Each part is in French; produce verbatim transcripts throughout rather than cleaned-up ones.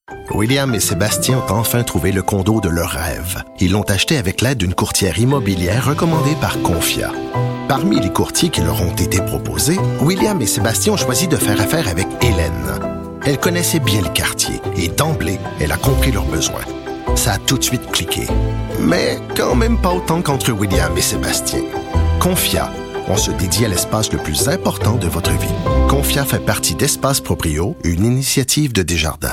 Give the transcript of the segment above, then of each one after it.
William et Sébastien ont enfin trouvé le condo de leur rêve. Ils l'ont acheté avec l'aide d'une courtière immobilière recommandée par Confia. Parmi les courtiers qui leur ont été proposés, William et Sébastien ont choisi de faire affaire avec Hélène. Elle connaissait bien le quartier et d'emblée, elle a compris leurs besoins. Ça a tout de suite cliqué. Mais quand même pas autant qu'entre William et Sébastien. Confia, on se dédie à l'espace le plus important de votre vie. Confia fait partie d'Espace Proprio, une initiative de Desjardins.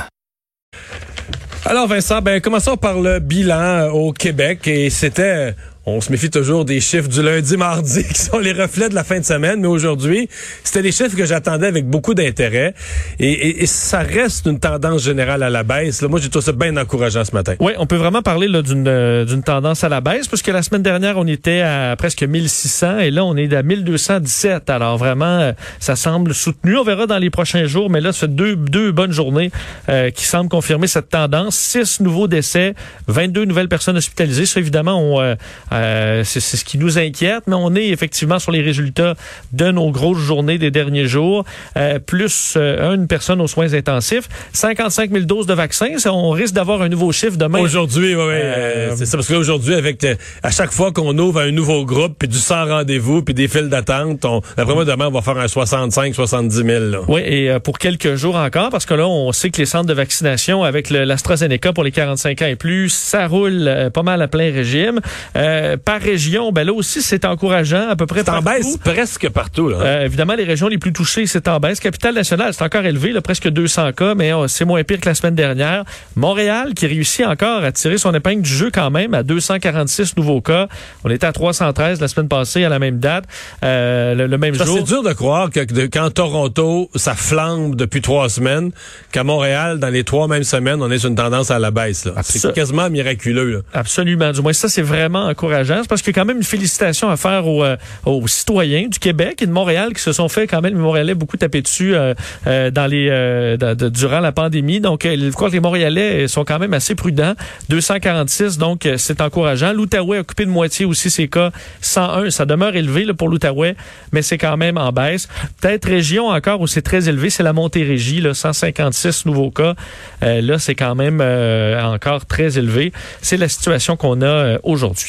Alors Vincent, ben commençons par le bilan au Québec et c'était... On se méfie toujours des chiffres du lundi-mardi qui sont les reflets de la fin de semaine, mais aujourd'hui, c'était des chiffres que j'attendais avec beaucoup d'intérêt et, et, et ça reste une tendance générale à la baisse. Là, moi, j'ai trouvé ça bien encourageant ce matin. Oui, on peut vraiment parler là, d'une, euh, d'une tendance à la baisse puisque la semaine dernière, on était à presque mille six cents et là, on est à mille deux cent dix-sept. Alors vraiment, euh, ça semble soutenu. On verra dans les prochains jours, mais là, ça fait deux, deux bonnes journées euh, qui semblent confirmer cette tendance. Six nouveaux décès, vingt-deux nouvelles personnes hospitalisées. Ça, évidemment, on... Euh, Euh, c'est, c'est ce qui nous inquiète, mais on est effectivement sur les résultats de nos grosses journées des derniers jours. Euh, plus euh, une personne aux soins intensifs. cinquante-cinq mille doses de vaccins. Ça, on risque d'avoir un nouveau chiffre demain. Aujourd'hui, oui, oui. Euh, c'est ça, parce que là, aujourd'hui, avec te, à chaque fois qu'on ouvre un nouveau groupe, puis du sans rendez-vous, puis des files d'attente, on, d'après moi, demain, on va faire un soixante-cinq soixante-dix mille. Là. Oui, et euh, pour quelques jours encore, parce que là, on sait que les centres de vaccination avec le, l'AstraZeneca pour les quarante-cinq ans et plus, ça roule euh, pas mal à plein régime. Euh, par région, ben là aussi, c'est encourageant à peu près c'est partout. en baisse presque partout. Là. Euh, évidemment, les régions les plus touchées, c'est en baisse. Capitale-Nationale, c'est encore élevé, là, presque deux cents cas, mais oh, c'est moins pire que la semaine dernière. Montréal, qui réussit encore à tirer son épingle du jeu quand même, à deux cent quarante-six nouveaux cas. On était à trois cent treize la semaine passée, à la même date, euh, le, le même ça, jour. C'est dur de croire que de, qu'en Toronto, ça flambe depuis trois semaines, qu'à Montréal, dans les trois mêmes semaines, on est sur une tendance à la baisse. Là. C'est quasiment miraculeux. Là. Absolument. Du moins, ça, c'est vraiment encourageant. C'est parce qu'il y a quand même une félicitation à faire aux, euh, aux citoyens du Québec et de Montréal qui se sont fait quand même, les Montréalais, beaucoup taper dessus euh, euh, dans les euh, de, de, durant la pandémie. Donc, euh, je crois que les Montréalais sont quand même assez prudents. deux cent quarante-six, donc euh, c'est encourageant. L'Outaouais a occupé de moitié aussi ses cas. cent un, ça demeure élevé là, pour l'Outaouais, mais c'est quand même en baisse. Peut-être région encore où c'est très élevé, c'est la Montérégie, là, cent cinquante-six nouveaux cas. Euh, là, c'est quand même euh, encore très élevé. C'est la situation qu'on a euh, aujourd'hui.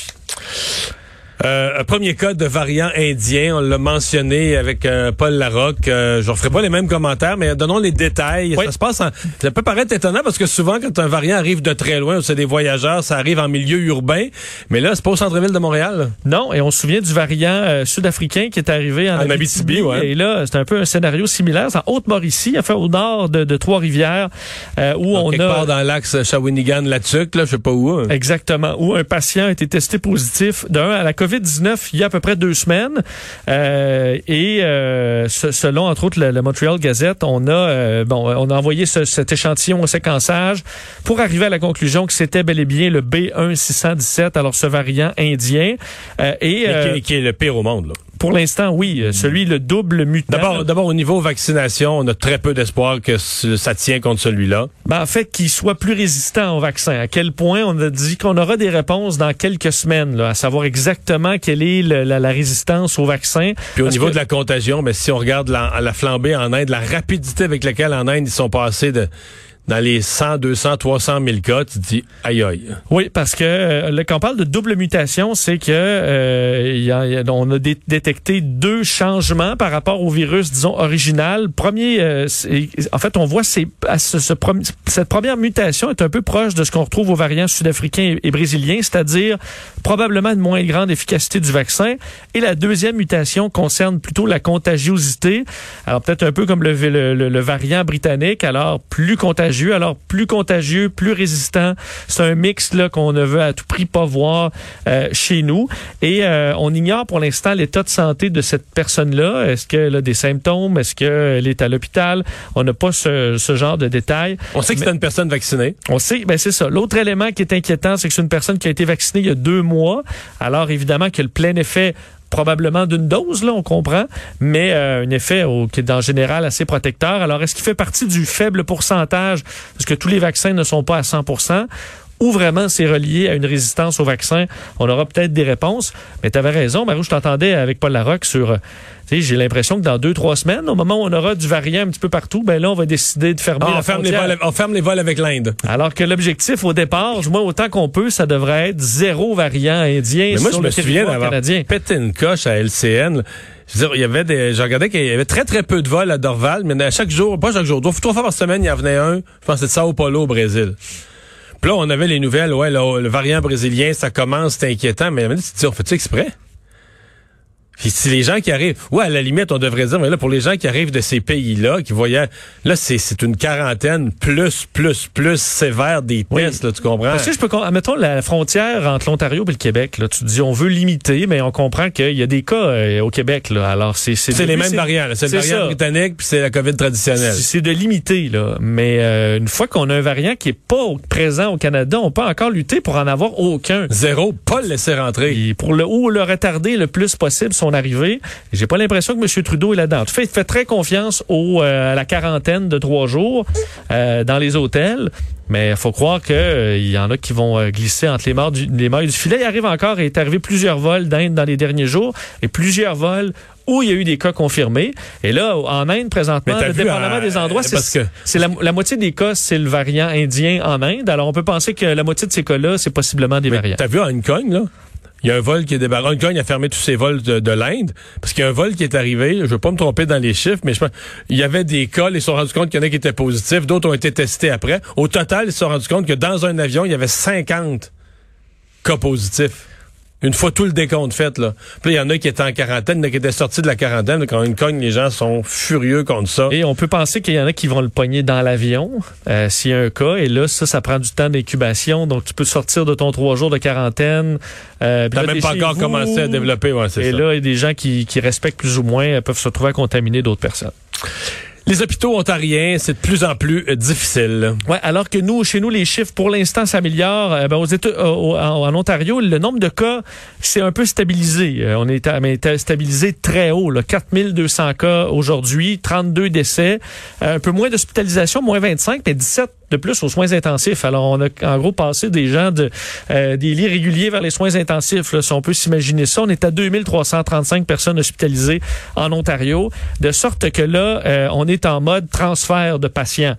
Euh, un premier cas de variant indien, on l'a mentionné avec euh, Paul Larocque. Euh, je ne referai pas les mêmes commentaires, mais donnons les détails. Oui. Ça se passe en... Ça peut paraître étonnant parce que souvent, quand un variant arrive de très loin, ou c'est des voyageurs, ça arrive en milieu urbain. Mais là, c'est pas au centre-ville de Montréal. Là. Non, et on se souvient du variant euh, sud-africain qui est arrivé en, en Abitibi. Abitibi ouais. Et là, c'est un peu un scénario similaire. C'est en Haute-Mauricie, enfin au nord de, de Trois-Rivières, euh, où Donc, on quelque a... part dans l'axe Shawinigan-Latuc, là, je sais pas où. Hein. Exactement, où un patient a été testé positif d'un à la covid dix-neuf il y a à peu près deux semaines. Euh, et euh, ce, selon, entre autres, le, le Montreal Gazette, on a, euh, bon, on a envoyé ce, cet échantillon au séquençage pour arriver à la conclusion que c'était bel et bien le B un six cent dix-sept, alors ce variant indien. Euh, et, euh, qui, qui est le pire au monde, là. Pour l'instant, oui. Celui, le double mutant. D'abord, d'abord, au niveau vaccination, on a très peu d'espoir que ça tient contre celui-là. Ben, en fait, qu'il soit plus résistant au vaccin. À quel point on a dit qu'on aura des réponses dans quelques semaines, là, à savoir exactement quelle est le, la, la résistance au vaccin. Puis au niveau que... de la contagion, mais si on regarde la, la flambée en Inde, la rapidité avec laquelle en Inde ils sont passés de... Dans les cent, deux cents, trois cent mille cas, tu te dis aïe aïe. Oui, parce que euh, là, quand on parle de double mutation, c'est que euh, y a, y a, on a dé- détecté deux changements par rapport au virus, disons, original. Premier, euh, en fait, on voit ces, ce, ce, cette première mutation est un peu proche de ce qu'on retrouve aux variants sud-africains et, et brésiliens, c'est-à-dire probablement une moins grande efficacité du vaccin. Et la deuxième mutation concerne plutôt la contagiosité. Alors peut-être un peu comme le, le, le, le variant britannique, alors plus contagieux. Alors, plus contagieux, plus résistant. C'est un mix là qu'on ne veut à tout prix pas voir euh, chez nous. Et euh, on ignore pour l'instant l'état de santé de cette personne-là. Est-ce qu'elle a des symptômes? Est-ce qu'elle est à l'hôpital? On n'a pas ce, ce genre de détails. On sait que c'est une personne vaccinée. On sait, ben c'est ça. L'autre élément qui est inquiétant, c'est que c'est une personne qui a été vaccinée il y a deux mois. Alors, évidemment, que le plein effet probablement d'une dose, là, on comprend, mais euh, un effet au, qui est en général assez protecteur. Alors, est-ce qu'il fait partie du faible pourcentage, parce que tous les vaccins ne sont pas à cent pour cent? ou vraiment c'est relié à une résistance au vaccin, on aura peut-être des réponses. Mais tu avais raison, Mario, je t'entendais avec Paul Larocque sur... Tu sais, j'ai l'impression que dans deux, trois semaines, au moment où on aura du variant un petit peu partout, ben là, on va décider de fermer ah, la on ferme frontière. les vols, on ferme les vols avec l'Inde. Alors que l'objectif, au départ, moi, autant qu'on peut, ça devrait être zéro variant indien mais moi, sur je le me souviens d'avoir canadien. pété une coche à L C N. Je veux dire, il y avait des, je regardais qu'il y avait très, très peu de vols à Dorval, mais à chaque jour, pas chaque jour, trois fois par semaine, il y en venait un, je pense que c'était de Sao Paulo au Brésil. Puis là, on avait les nouvelles, ouais, là, le variant brésilien, ça commence, c'est inquiétant, mais tu te dis, on fait-tu exprès? Puis si les gens qui arrivent, ouais, à la limite, on devrait dire, mais là, pour les gens qui arrivent de ces pays-là, qui voyaient, là, c'est, c'est une quarantaine plus, plus, plus sévère des tests, oui. Là, tu comprends? Parce que je peux, mettons, la frontière entre l'Ontario et le Québec, là, tu dis, on veut limiter, mais on comprend qu'il y a des cas euh, au Québec, là. Alors, c'est, c'est, c'est les mêmes variants, là. C'est, c'est le variant ça. britannique, puis c'est la COVID traditionnelle. C'est, c'est de limiter, là. Mais, euh, une fois qu'on a un variant qui est pas au, présent au Canada, on peut encore lutter pour en avoir aucun. Zéro, pas le laisser rentrer. Et pour le, ou le retarder le plus possible son arrivée. J'ai pas l'impression que M. Trudeau est là-dedans. Tu fais, il fait très confiance au, euh, à la quarantaine de trois jours euh, dans les hôtels, mais il faut croire qu'il euh, y en a qui vont euh, glisser entre les, mailles du, les mailles du filet. Il arrive encore, il est arrivé plusieurs vols d'Inde dans les derniers jours et plusieurs vols où il y a eu des cas confirmés. Et là, en Inde, présentement, dépendamment à... des endroits, c'est, que... c'est la, la moitié des cas, c'est le variant indien en Inde. Alors, on peut penser que la moitié de ces cas-là, c'est possiblement des mais variants. T'as vu à Hong Kong, là? Il y a un vol qui est débarqué. Hong Kong a fermé tous ses vols de, de l'Inde parce qu'il y a un vol qui est arrivé. Je ne veux pas me tromper dans les chiffres, mais je pense il y avait des cas. Ils se sont rendus compte qu'il y en a qui étaient positifs. D'autres ont été testés après. Au total, ils se sont rendus compte que dans un avion, il y avait cinquante cas positifs. Une fois tout le décompte fait, là. Puis il y en a qui étaient en quarantaine, il y en a qui étaient sortis de la quarantaine. Quand une cogne, les gens sont furieux contre ça. Et on peut penser qu'il y en a qui vont le pogner dans l'avion euh, s'il y a un cas. Et là, ça, ça prend du temps d'incubation. Donc, tu peux sortir de ton trois jours de quarantaine. Euh, T'as là, même pas encore vous, commencé à développer, ouais, c'est et ça. Et là, il y a des gens qui, qui respectent plus ou moins peuvent se retrouver à contaminer d'autres personnes. Les hôpitaux ontariens, c'est de plus en plus euh, difficile. Ouais, alors que nous, chez nous, les chiffres pour l'instant s'améliorent. Euh, ben, aux États, euh, en, en Ontario, le nombre de cas s'est un peu stabilisé. Euh, on est, à, mais est stabilisé très haut. Là, quatre mille deux cents cas aujourd'hui, trente-deux décès, euh, un peu moins d'hospitalisation, moins vingt-cinq, mais dix-sept de plus aux soins intensifs. Alors, on a en gros passé des gens de euh, des lits réguliers vers les soins intensifs. Là, si on peut s'imaginer ça, on est à deux mille trois cent trente-cinq personnes hospitalisées en Ontario, de sorte que là, euh, on est en mode transfert de patients.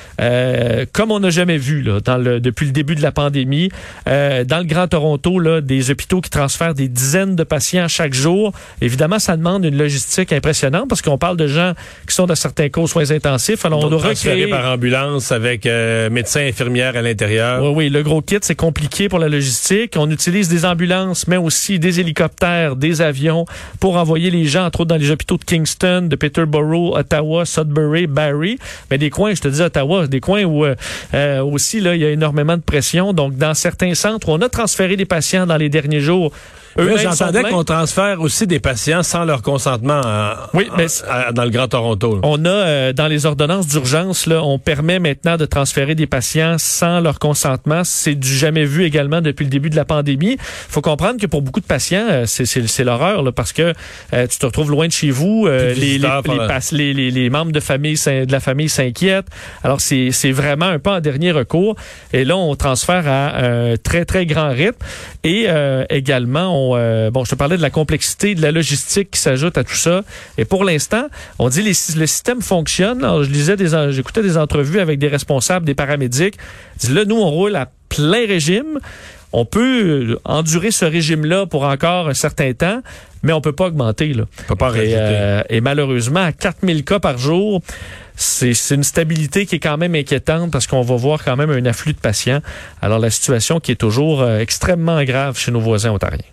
Euh, comme on n'a jamais vu là, dans le, depuis le début de la pandémie. Euh, dans le Grand Toronto, là, des hôpitaux qui transfèrent des dizaines de patients chaque jour. Évidemment, ça demande une logistique impressionnante parce qu'on parle de gens qui sont dans certains cas aux soins intensifs. Alors, donc, on doit transférer recréer... par ambulance avec euh, médecins, infirmières à l'intérieur. Oui, oui, le gros kit, c'est compliqué pour la logistique. On utilise des ambulances, mais aussi des hélicoptères, des avions pour envoyer les gens, entre autres dans les hôpitaux de Kingston, de Peterborough, Ottawa, Sudbury, Barrie. Mais des coins, je te dis Ottawa, des coins où euh, aussi là il y a énormément de pression. Donc dans certains centres où on a transféré des patients dans les derniers jours. Eux, j'entendais qu'on transfère aussi des patients sans leur consentement à, oui, mais à, à, dans le Grand Toronto. Là. On a, euh, dans les ordonnances d'urgence, là, on permet maintenant de transférer des patients sans leur consentement. C'est du jamais vu également depuis le début de la pandémie. Faut comprendre que pour beaucoup de patients, euh, c'est, c'est, c'est l'horreur là, parce que euh, tu te retrouves loin de chez vous. Euh, les, les, les, pas... les, les, les membres de, famille, de la famille s'inquiètent. Alors, c'est, c'est vraiment un peu en dernier recours. Et là, on transfère à un très, très grand rythme. Et euh, également, on Euh, bon, je te parlais de la complexité, de la logistique qui s'ajoute à tout ça. Et pour l'instant, on dit les, le système fonctionne. Alors, je lisais des, j'écoutais des entrevues avec des responsables, des paramédics. Ils disent, là, nous, on roule à plein régime. On peut endurer ce régime-là pour encore un certain temps, mais on peut pas augmenter. Là. On peut pas rajouter. Et, euh, et malheureusement, à quatre mille cas par jour, c'est, c'est une stabilité qui est quand même inquiétante parce qu'on va voir quand même un afflux de patients. Alors, la situation qui est toujours euh, extrêmement grave chez nos voisins ontariens.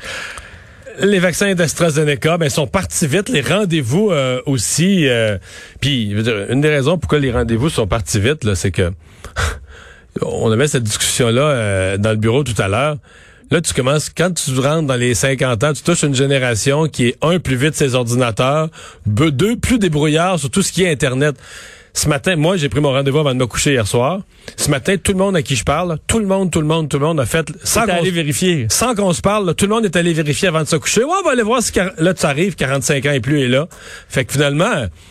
Les vaccins d'AstraZeneca, ben, sont partis vite. Les rendez-vous euh, aussi. Euh, Puis, une des raisons pourquoi les rendez-vous sont partis vite, là, c'est que on avait cette discussion-là euh, dans le bureau tout à l'heure. Là, tu commences, quand tu rentres dans les cinquante ans, tu touches une génération qui est, un, plus vite ses ordinateurs, deux, plus débrouillard sur tout ce qui est Internet. Ce matin, moi, j'ai pris mon rendez-vous avant de me coucher hier soir. Ce matin, tout le monde à qui je parle, tout le monde, tout le monde, tout le monde a fait... Sans qu'on, allé vérifier. Sans qu'on se parle, là, tout le monde est allé vérifier avant de se coucher. Ouais, on va aller voir si... Là, tu arrives, quarante-cinq ans et plus est là. Fait que finalement...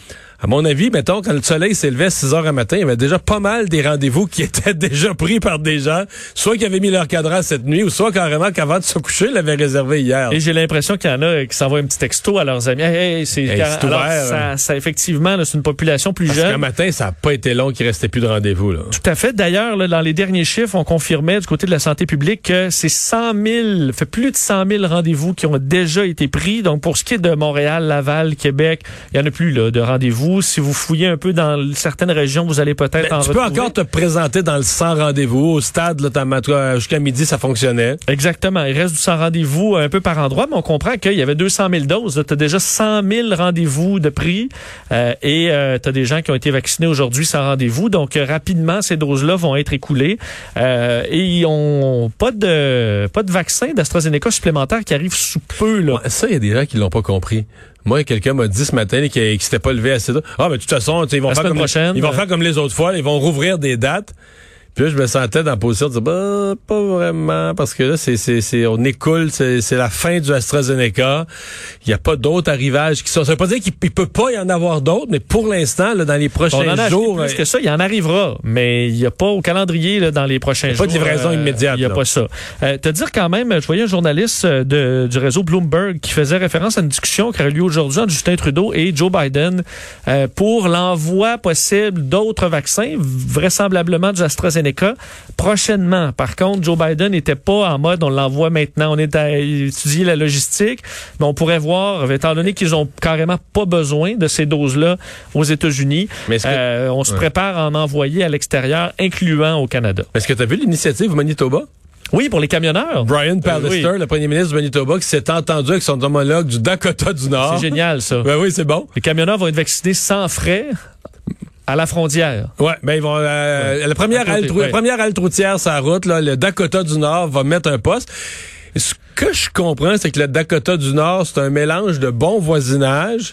À mon avis, mettons, quand le soleil s'élevait à six heures du matin, il y avait déjà pas mal des rendez-vous qui étaient déjà pris par des gens, soit qui avaient mis leur cadran cette nuit, ou soit carrément qu'avant de se coucher, ils l'avaient réservé hier. Et j'ai l'impression qu'il y en a qui s'envoient un petit texto à leurs amis. Hey, hey, c'est, hey, c'est alors, ouvert, ça, hein. ça, effectivement, là, c'est une population plus Parce jeune. qu'un matin, ça n'a pas été long qu'il restait plus de rendez-vous, là. Tout à fait. D'ailleurs, là, dans les derniers chiffres, on confirmait du côté de la santé publique que c'est cent mille, fait plus de cent mille rendez-vous qui ont déjà été pris. Donc, pour ce qui est de Montréal, Laval, Québec, il y en a plus, là, de rendez-vous. Si vous fouillez un peu dans certaines régions, vous allez peut-être ben, en tu retrouver. Tu peux encore te présenter dans le sans rendez-vous. Au stade, là, t'as, jusqu'à midi, ça fonctionnait. Exactement. Il reste du sans rendez-vous un peu par endroit, mais on comprend qu'il y avait deux cent mille doses. Tu as déjà cent mille rendez-vous de pris euh, et euh, tu as des gens qui ont été vaccinés aujourd'hui sans rendez-vous. Donc, euh, rapidement, ces doses-là vont être écoulées. Euh, et ils n'ont pas de, pas de vaccin d'AstraZeneca supplémentaire qui arrive sous peu, là. Ouais, ça, il y a des gens qui l'ont pas compris. Moi, quelqu'un m'a dit ce matin là, qu'il, qu'il s'était pas levé assez tôt. Ah, mais de toute façon, ils vont, faire comme, prochaine, ils vont euh... faire comme les autres fois. Là, ils vont rouvrir des dates. Puis là, je me sentais dans la position de dire, bah, pas vraiment, parce que là, c'est, c'est, c'est, on écoule, c'est, c'est la fin du AstraZeneca. Il n'y a pas d'autres arrivages qui sont. Ça veut pas dire qu'il ne peut pas y en avoir d'autres, mais pour l'instant, là, dans les prochains on en a jours. Plus que ça, il y en arrivera, mais il n'y a pas au calendrier, là, dans les prochains jours. Pas de livraison euh, immédiate. Il n'y a là. pas ça. Euh, te dire quand même, je voyais un journaliste de, du réseau Bloomberg qui faisait référence à une discussion qui aurait lieu aujourd'hui entre Justin Trudeau et Joe Biden euh, pour l'envoi possible d'autres vaccins, vraisemblablement du AstraZeneca. Prochainement. Par contre, Joe Biden n'était pas en mode on l'envoie maintenant. On est à étudier la logistique, mais on pourrait voir, étant donné qu'ils ont carrément pas besoin de ces doses-là aux États-Unis, mais que, euh, on se ouais. prépare à en envoyer à l'extérieur, incluant au Canada. Est-ce que tu as vu l'initiative au Manitoba? Oui, pour les camionneurs. Brian Pallister, euh, oui. le premier ministre du Manitoba, qui s'est entendu avec son homologue du Dakota du Nord. C'est génial, ça. Ben oui, c'est bon. Les camionneurs vont être vaccinés sans frais. À la frontière. Ouais, ben ils vont euh, ouais. la première halte ouais. première halte routière sur la route là, le Dakota du Nord va mettre un poste. Ce que je comprends, c'est que le Dakota du Nord, c'est un mélange de bon voisinage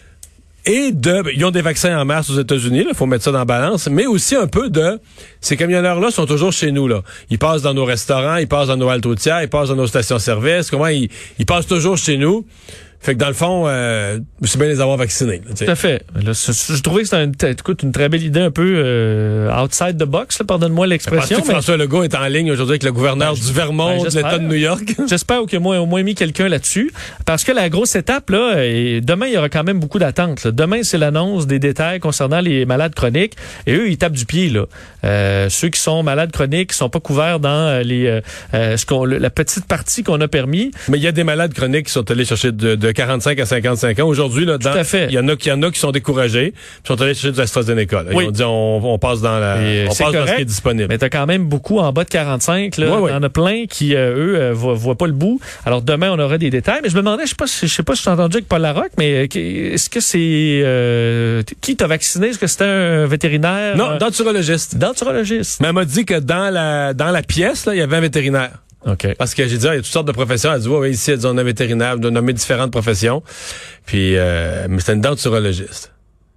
et de ils ont des vaccins en masse aux États-Unis, il faut mettre ça dans la balance, mais aussi un peu de ces camionneurs-là sont toujours chez nous là. Ils passent dans nos restaurants, ils passent dans nos haltes routières, ils passent dans nos stations-service, comment ils ils passent toujours chez nous. Fait que dans le fond, euh, c'est bien les avoir vaccinés. Là, tout à fait. Là, je trouvais que c'était une, écoute, une très belle idée, un peu euh, outside the box, là, pardonne-moi l'expression. Mais... François Legault est en ligne aujourd'hui avec le gouverneur ben, du Vermont, ben, de l'État de New York. J'espère qu'il y a au moins mis quelqu'un là-dessus. Parce que la grosse étape, là, et demain, il y aura quand même beaucoup d'attentes. Là. Demain, c'est l'annonce des détails concernant les malades chroniques. Et eux, ils tapent du pied. Là. Euh, ceux qui sont malades chroniques, qui sont pas couverts dans les euh, ce qu'on, la petite partie qu'on a permis. Mais il y a des malades chroniques qui sont allés chercher de, de quarante-cinq à cinquante-cinq ans. Aujourd'hui, là, dans, il y en a qui en a qui sont découragés, qui sont allés chercher de l'AstraZeneca. Là. Ils oui. ont dit on, on passe dans la Et on passe correct, dans ce qui est disponible. Mais t'as quand même beaucoup en bas de quarante-cinq là, oui, oui. Il y en a plein qui euh, eux euh, voient, voient pas le bout. Alors demain on aura des détails, mais je me demandais, je sais pas je sais pas si je t'ai entendu avec Paul Larocque, mais est-ce que c'est euh, qui t'a vacciné? Est-ce que c'était un vétérinaire? Non, un... denturologiste. Denturologiste. Mais elle m'a dit que dans la dans la pièce là, il y avait un vétérinaire. Okay. Parce que j'ai dit, ah, il y a toutes sortes de professions. Elle a dit, ouais, ouais ici, elle dit, on a un vétérinaire, on a nommé différentes professions. Puis, euh, mais c'était une denturologiste.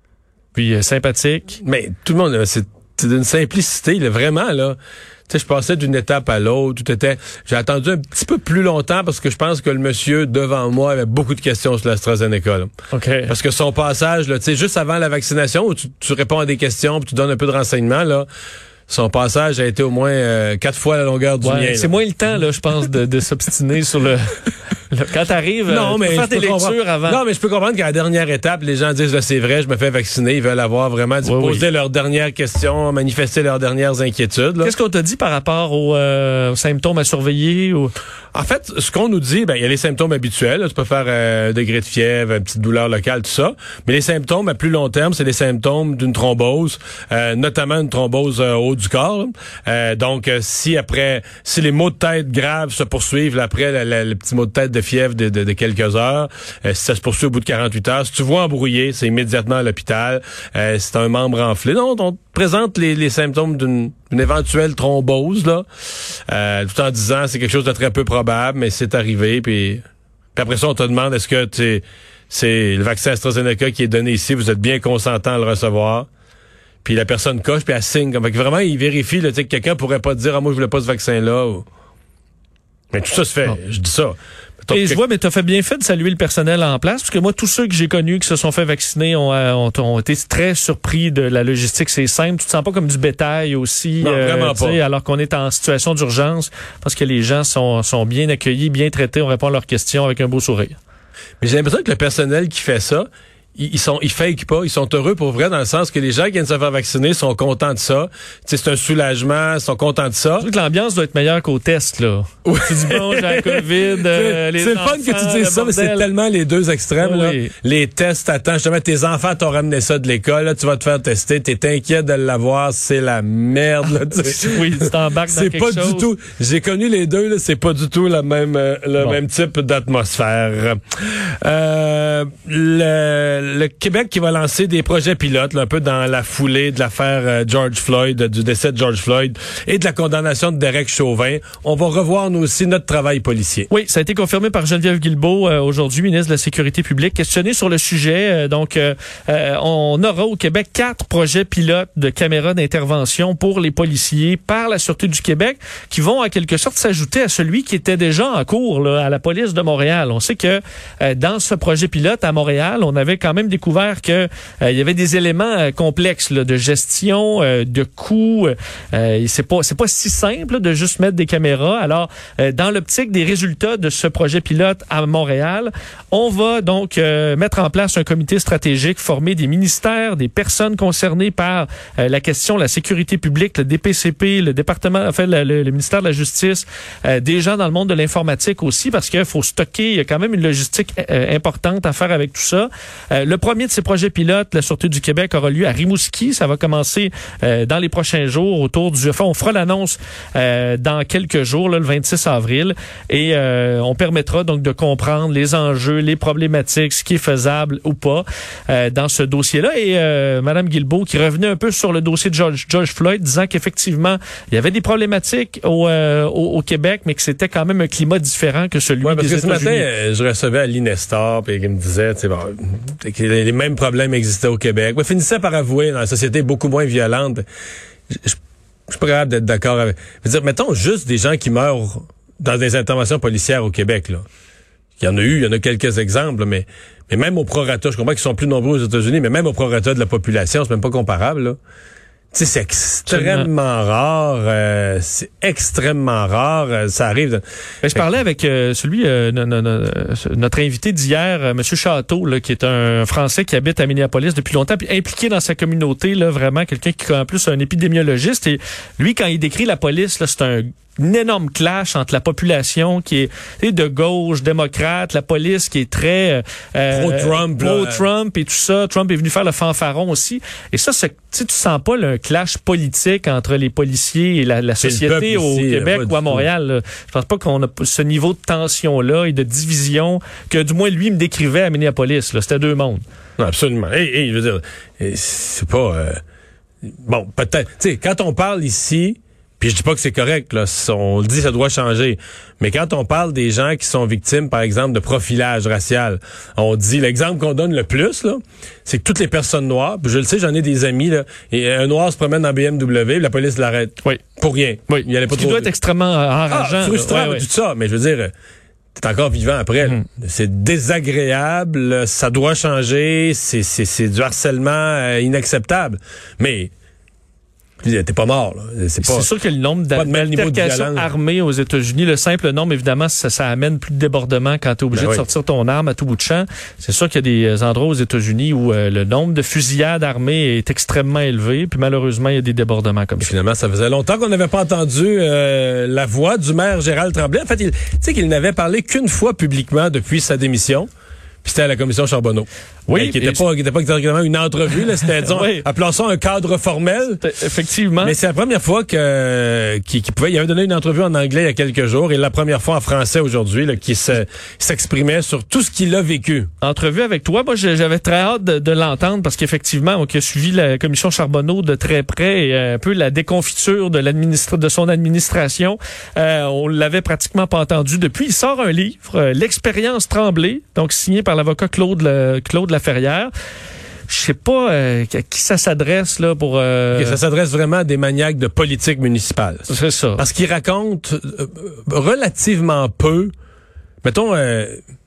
Puis, euh, sympathique. Mais tout le monde, c'est, c'est d'une simplicité, là, vraiment, là. Tu sais, je passais d'une étape à l'autre. Tout était, j'ai attendu un petit peu plus longtemps parce que je pense que le monsieur devant moi avait beaucoup de questions sur l'AstraZeneca, là. Okay. Parce que son passage, là, tu sais, juste avant la vaccination, où tu, tu réponds à des questions, puis tu donnes un peu de renseignements, là. Son passage a été au moins euh, quatre fois la longueur du ouais, mien. C'est là. Moins le temps, là, je pense, de, de s'obstiner sur le... le quand t'arrives, non, tu mais peux faire tes lectures avant. Non, mais je peux comprendre qu'à la dernière étape, les gens disent, là, c'est vrai, je me fais vacciner. Ils veulent avoir vraiment dit, oui, poser oui. leurs dernières questions, manifester leurs dernières inquiétudes. Là. Qu'est-ce qu'on t'a dit par rapport aux, euh, aux symptômes à surveiller? Ou... En fait, ce qu'on nous dit, ben il y a les symptômes habituels. Là, tu peux faire euh, un degré de fièvre, une petite douleur locale, tout ça. Mais les symptômes à plus long terme, c'est les symptômes d'une thrombose, euh, notamment une thrombose euh, au haut du corps. Euh, donc, euh, si après, si les maux de tête graves se poursuivent, là, après la, la, le petit mot de tête de fièvre de, de, de quelques heures, euh, si ça se poursuit au bout de quarante-huit heures, si tu vois embrouillé, c'est immédiatement à l'hôpital. Euh, c'est un membre enflé. Donc, on te présente les, les symptômes d'une une éventuelle thrombose, là, euh, tout en disant c'est quelque chose de très peu probable, mais c'est arrivé. Puis, puis après ça, on te demande est-ce que t'es, c'est le vaccin AstraZeneca qui est donné ici, vous êtes bien consentant à le recevoir. Puis la personne coche, puis elle signe. Comme, fait que vraiment, il vérifie là, que quelqu'un pourrait pas dire ah, moi, je voulais pas ce vaccin-là. Ou... Mais tout ça se fait. Oh. Je dis ça. Et je vois, mais tu as fait bien fait de saluer le personnel en place, parce que moi, tous ceux que j'ai connus qui se sont fait vacciner ont, ont, ont été très surpris de la logistique. C'est simple. Tu te sens pas comme du bétail aussi. Non, euh, vraiment pas. Alors qu'on est en situation d'urgence, parce que les gens sont, sont bien accueillis, bien traités, on répond à leurs questions avec un beau sourire. Mais j'ai l'impression que le personnel qui fait ça, ils sont, ils fake pas, ils sont heureux pour vrai dans le sens que les gens qui viennent se faire vacciner sont contents de ça. Tu sais, c'est un soulagement, ils sont contents de ça. Je trouve que l'ambiance doit être meilleure qu'au test, là. Oui. Tu dis bon, j'ai la COVID, euh, les c'est enfants, le fun que tu dises ça, mais c'est tellement les deux extrêmes, oui. là. Les tests, attends, justement, tes enfants t'ont ramené ça de l'école, là, tu vas te faire tester, t'es inquiet de l'avoir, c'est la merde, là, tu sais. Oui, tu t'embarques dans c'est quelque chose. C'est pas du tout, j'ai connu les deux, là, c'est pas du tout la même, euh, le bon. même type d'atmosphère. Euh, le, le Québec qui va lancer des projets pilotes, là, un peu dans la foulée de l'affaire euh, George Floyd, du décès de George Floyd et de la condamnation de Derek Chauvin. On va revoir, nous aussi, notre travail policier. Oui, ça a été confirmé par Geneviève Guilbeault, euh, aujourd'hui, ministre de la Sécurité publique, questionnée sur le sujet. Euh, donc, euh, euh, on aura au Québec quatre projets pilotes de caméras d'intervention pour les policiers par la Sûreté du Québec qui vont, en quelque sorte, s'ajouter à celui qui était déjà en cours là, à la police de Montréal. On sait que euh, dans ce projet pilote à Montréal, on avait quand même découvert que euh, il y avait des éléments euh, complexes là, de gestion, euh, de coûts. Euh, c'est pas c'est pas si simple là, de juste mettre des caméras. Alors, euh, dans l'optique des résultats de ce projet pilote à Montréal, on va donc euh, mettre en place un comité stratégique formé des ministères, des personnes concernées par euh, la question de la sécurité publique, le D P C P, le département, enfin le, le, le ministère de la Justice, euh, des gens dans le monde de l'informatique aussi, parce qu'il faut stocker, il y a quand même une logistique euh, importante à faire avec tout ça. Euh, le premier de ces projets pilotes, la Sûreté du Québec, aura lieu à Rimouski. Ça va commencer euh, dans les prochains jours autour du... Enfin, on fera l'annonce euh, dans quelques jours, là, le vingt-six avril, et euh, on permettra donc de comprendre les enjeux, les problématiques, ce qui est faisable ou pas euh, dans ce dossier-là. Et euh, Mme Guilbeault qui revenait un peu sur le dossier de George, George Floyd, disant qu'effectivement, il y avait des problématiques au, euh, au, au Québec, mais que c'était quand même un climat différent que celui ouais, parce des que États-Unis. Ce matin, euh, je recevais à l'Inestor, puis il me disait, tu sais, bon, que les mêmes problèmes existaient au Québec. Il finissait par avouer, dans la société beaucoup moins violente. Je, je, je suis pas capable d'être d'accord avec... Je veux dire, mettons juste des gens qui meurent dans des interventions policières au Québec, là. Il y en a eu, il y en a quelques exemples, mais, mais même au prorata, je comprends qu'ils sont plus nombreux aux États-Unis, mais même au prorata de la population, c'est même pas comparable, là. Tu sais, c'est extrêmement rare, euh, c'est extrêmement rare, euh, ça arrive. De... Ben, je parlais avec euh, celui, euh, no, no, no, notre invité d'hier, euh, M. Château, là, qui est un Français qui habite à Minneapolis depuis longtemps, puis impliqué dans sa communauté, là, vraiment quelqu'un qui est en plus un épidémiologiste. Et lui, quand il décrit la police, là, c'est un un énorme clash entre la population qui est de gauche, démocrate, la police qui est très euh, pro-Trump, pro-Trump et tout ça. Trump est venu faire le fanfaron aussi. Et ça, c'est, tu sens pas là, un clash politique entre les policiers et la, la société au ici, Québec ou à Montréal. Là. Je pense pas qu'on a ce niveau de tension-là et de division que du moins lui me décrivait à Minneapolis. Là. C'était deux mondes. Non, absolument. Et, et je veux dire, c'est pas... Euh, bon, peut-être... Tu sais, quand on parle ici... Puis je dis pas que c'est correct, là. On le dit, ça doit changer. Mais quand on parle des gens qui sont victimes, par exemple, de profilage racial, on dit, l'exemple qu'on donne le plus, là, c'est que toutes les personnes noires, puis je le sais, j'en ai des amis, là, et un noir se promène en B M W, la police l'arrête. Oui. Pour rien. Oui. Il allait pas Ce qui trop... doit être extrêmement enrageant. Ah, frustrant, ouais, ouais. Tout ça. Mais je veux dire, t'es encore vivant après, là. Mm. C'est désagréable, ça doit changer, c'est, c'est, c'est du harcèlement euh, inacceptable. Mais, t'es pas mort, là. C'est, pas, c'est sûr que le nombre d'altercations armées aux États-Unis, le simple nombre, évidemment, ça, ça amène plus de débordements quand t'es obligé ben de oui. sortir ton arme à tout bout de champ. C'est sûr qu'il y a des endroits aux États-Unis où euh, le nombre de fusillades armées est extrêmement élevé, puis malheureusement, il y a des débordements comme Et ça. Finalement, ça faisait longtemps qu'on n'avait pas entendu euh, la voix du maire Gérald Tremblay. En fait, tu sais qu'il n'avait parlé qu'une fois publiquement depuis sa démission. Puis c'était à la commission Charbonneau. Oui. Euh, qui n'était pas, qui était pas exactement une entrevue, là. C'était, disons, oui. appelons ça un cadre formel. Effectivement. Mais c'est la première fois que, qu'il, qu'il pouvait, il avait donné une entrevue en anglais il y a quelques jours et la première fois en français aujourd'hui, là, qui se, s'exprimait sur tout ce qu'il a vécu. Entrevue avec toi. Moi, j'avais très hâte de, de l'entendre parce qu'effectivement, on a suivi la commission Charbonneau de très près et un peu la déconfiture de l'administre, de son administration. Euh, on l'avait pratiquement pas entendu depuis. Il sort un livre, euh, L'expérience Tremblay, donc signé par l'avocat Claude, le, Claude Laferrière. Je sais pas euh, à qui ça s'adresse là pour. Euh... Okay, ça s'adresse vraiment à des maniaques de politique municipale. C'est ça. Parce qu'il raconte euh, relativement peu, mettons, euh,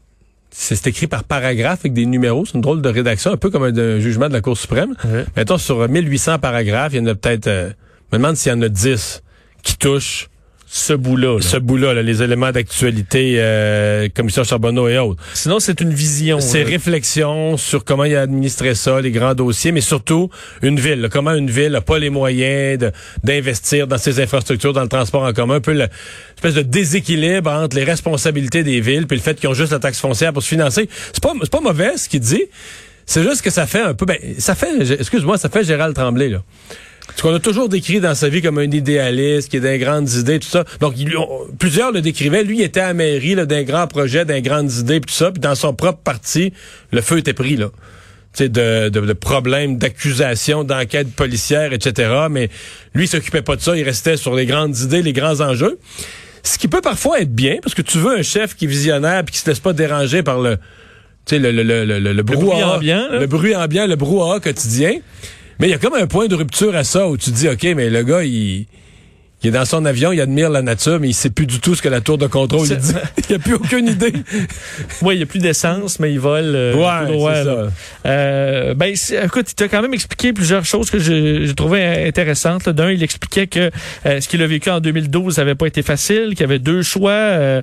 c'est écrit par paragraphe avec des numéros, c'est une drôle de rédaction, un peu comme un, un jugement de la Cour suprême. Ouais. Mettons, sur mille huit cents paragraphes, il y en a peut-être, euh, je me demande s'il y en a dix qui touchent ce bout-là. Là. Ce bout-là, là, les éléments d'actualité, euh, commission Charbonneau et autres. Sinon, c'est une vision. C'est réflexion sur comment il a administré ça, les grands dossiers, mais surtout une ville. Là, comment une ville n'a pas les moyens de, d'investir dans ses infrastructures, dans le transport en commun. Un peu l'espèce de déséquilibre entre les responsabilités des villes puis le fait qu'ils ont juste la taxe foncière pour se financer. C'est pas, c'est pas mauvais ce qu'il dit. C'est juste que ça fait un peu... Ben, ça fait... Excuse-moi, ça fait Gérald Tremblay, là. Ce qu'on a toujours décrit dans sa vie comme un idéaliste, qui est d'un grandes idées, tout ça. Donc, il, on, plusieurs le décrivaient. Lui, il était à la mairie là, d'un grand projet, d'un grandes idées, tout ça. Puis dans son propre parti, le feu était pris, là. Tu sais, de, de, de problèmes, d'accusations, d'enquêtes policières, et cetera. Mais lui, il s'occupait pas de ça. Il restait sur les grandes idées, les grands enjeux. Ce qui peut parfois être bien, parce que tu veux un chef qui est visionnaire puis qui se laisse pas déranger par le, tu sais, le, le, le, le, le, le brouhaha, bruit ambiant, le bruit ambiant, le brouhaha quotidien. Mais il y a comme un point de rupture à ça où tu te dis, OK, mais le gars, il, il est dans son avion, il admire la nature, mais il sait plus du tout ce que la tour de contrôle lui dit. Il a plus aucune idée. Oui, il n'y a plus d'essence, mais il vole. Euh, ouais, tout droit, c'est là. ça. Euh, ben, écoute, il t'a quand même expliqué plusieurs choses que j'ai, j'ai trouvé intéressantes. Là. D'un, il expliquait que euh, ce qu'il a vécu en deux mille douze n'avait pas été facile, qu'il y avait deux choix, euh,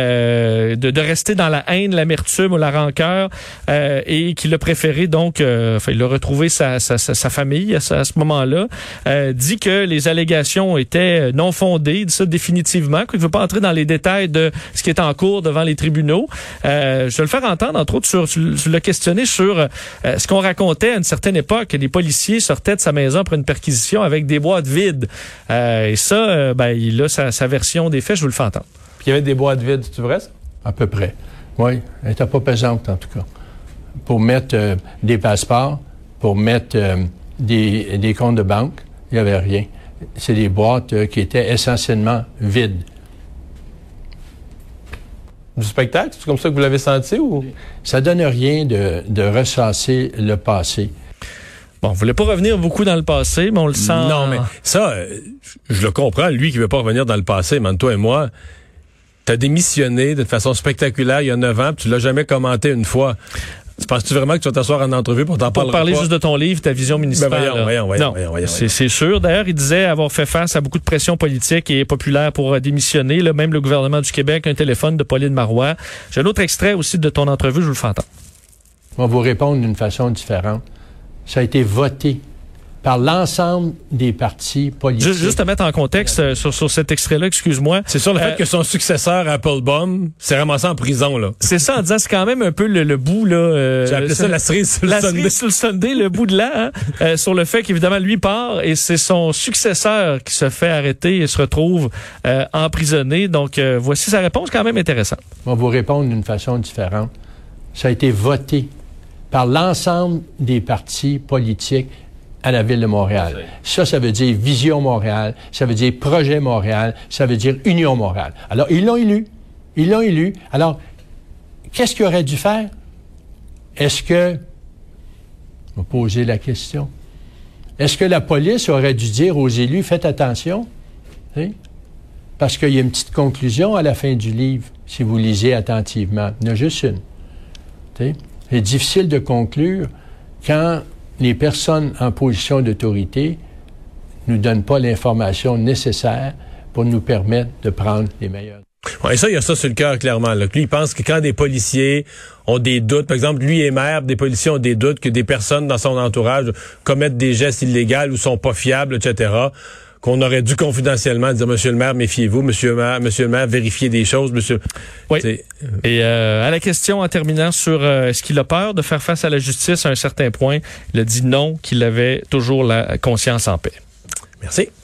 euh, de, de rester dans la haine, l'amertume ou la rancœur, euh, et qu'il a préféré donc, euh, enfin, il a retrouvé sa, sa, sa, sa famille à ce, à ce moment-là. Euh, dit que les allégations étaient non fondées, dit ça définitivement, qu'il ne veut pas entrer dans les détails de ce qui est en cours devant les tribunaux. Euh, je vais le faire entendre, entre autres, sur, tu, tu l'as questionné sur euh, ce qu'on racontait à une certaine époque, que les policiers sortaient de sa maison pour une perquisition avec des boîtes vides. Euh, et ça, euh, ben, il a sa, sa version des faits, je vous le fais entendre. Puis il y avait des boîtes vides, c'est vrai ça? À peu près. Oui, elle n'était pas pesante, en tout cas. Pour mettre euh, des passeports, pour mettre euh, des, des comptes de banque, il n'y avait rien. C'est des boîtes euh, qui étaient essentiellement vides. Du spectacle? C'est comme ça que vous l'avez senti ou? Ça donne rien de, de ressasser le passé. Bon, on voulait pas revenir beaucoup dans le passé, mais on le sent. Non, mais ça, euh, je le comprends. Lui qui veut pas revenir dans le passé, mais toi et moi, t'as démissionné de façon spectaculaire il y a neuf ans, puis tu l'as jamais commenté une fois. Penses-tu vraiment que tu vas t'asseoir en entrevue pour t'en parler? Pour parler pas? juste de ton livre, ta vision municipale. Ben voyons, voyons, voyons, non, voyons, voyons, c'est, c'est sûr. D'ailleurs, il disait avoir fait face à beaucoup de pression politique et populaire pour euh, démissionner. Là, même le gouvernement du Québec, un téléphone de Pauline Marois. J'ai un autre extrait aussi de ton entrevue, je vous le fais entendre. On va vous répondre d'une façon différente. Ça a été voté par l'ensemble des partis politiques. Juste, juste à mettre en contexte euh, sur, sur cet extrait-là, excuse-moi. C'est sur le euh, fait que son successeur, Applebaum, s'est ramassé en prison, là. C'est ça, en disant, c'est quand même un peu le, le bout, là. Euh, J'ai appelé ça la cerise sur le la Sunday. cerise sur le Sunday, le bout de là, hein, euh, sur le fait qu'évidemment, lui part et c'est son successeur qui se fait arrêter et se retrouve euh, emprisonné. Donc, euh, voici sa réponse quand même intéressante. On va vous répondre d'une façon différente. Ça a été voté par l'ensemble des partis politiques à la Ville de Montréal. Ça, ça veut dire Vision Montréal, ça veut dire Projet Montréal, ça veut dire Union Montréal. Alors, ils l'ont élu. Ils l'ont élu. Alors, qu'est-ce qu'il aurait dû faire? Est-ce que... On va poser la question. Est-ce que la police aurait dû dire aux élus, faites attention? T'sais? Parce qu'il y a une petite conclusion à la fin du livre, si vous lisez attentivement. Il y en a juste une. T'sais? C'est difficile de conclure quand les personnes en position d'autorité ne nous donnent pas l'information nécessaire pour nous permettre de prendre les meilleures. Ouais, et ça, il y a ça sur le cœur, clairement. Là. Lui, il pense que quand des policiers ont des doutes, par exemple, lui est maire, des policiers ont des doutes que des personnes dans son entourage commettent des gestes illégaux ou sont pas fiables, et cetera, qu'on aurait dû confidentiellement dire, Monsieur le maire, méfiez-vous, Monsieur le maire, Monsieur le maire, vérifiez des choses, Monsieur... Oui. T'sais, et euh, à la question en terminant sur euh, est-ce qu'il a peur de faire face à la justice à un certain point, il a dit non, qu'il avait toujours la conscience en paix. Merci.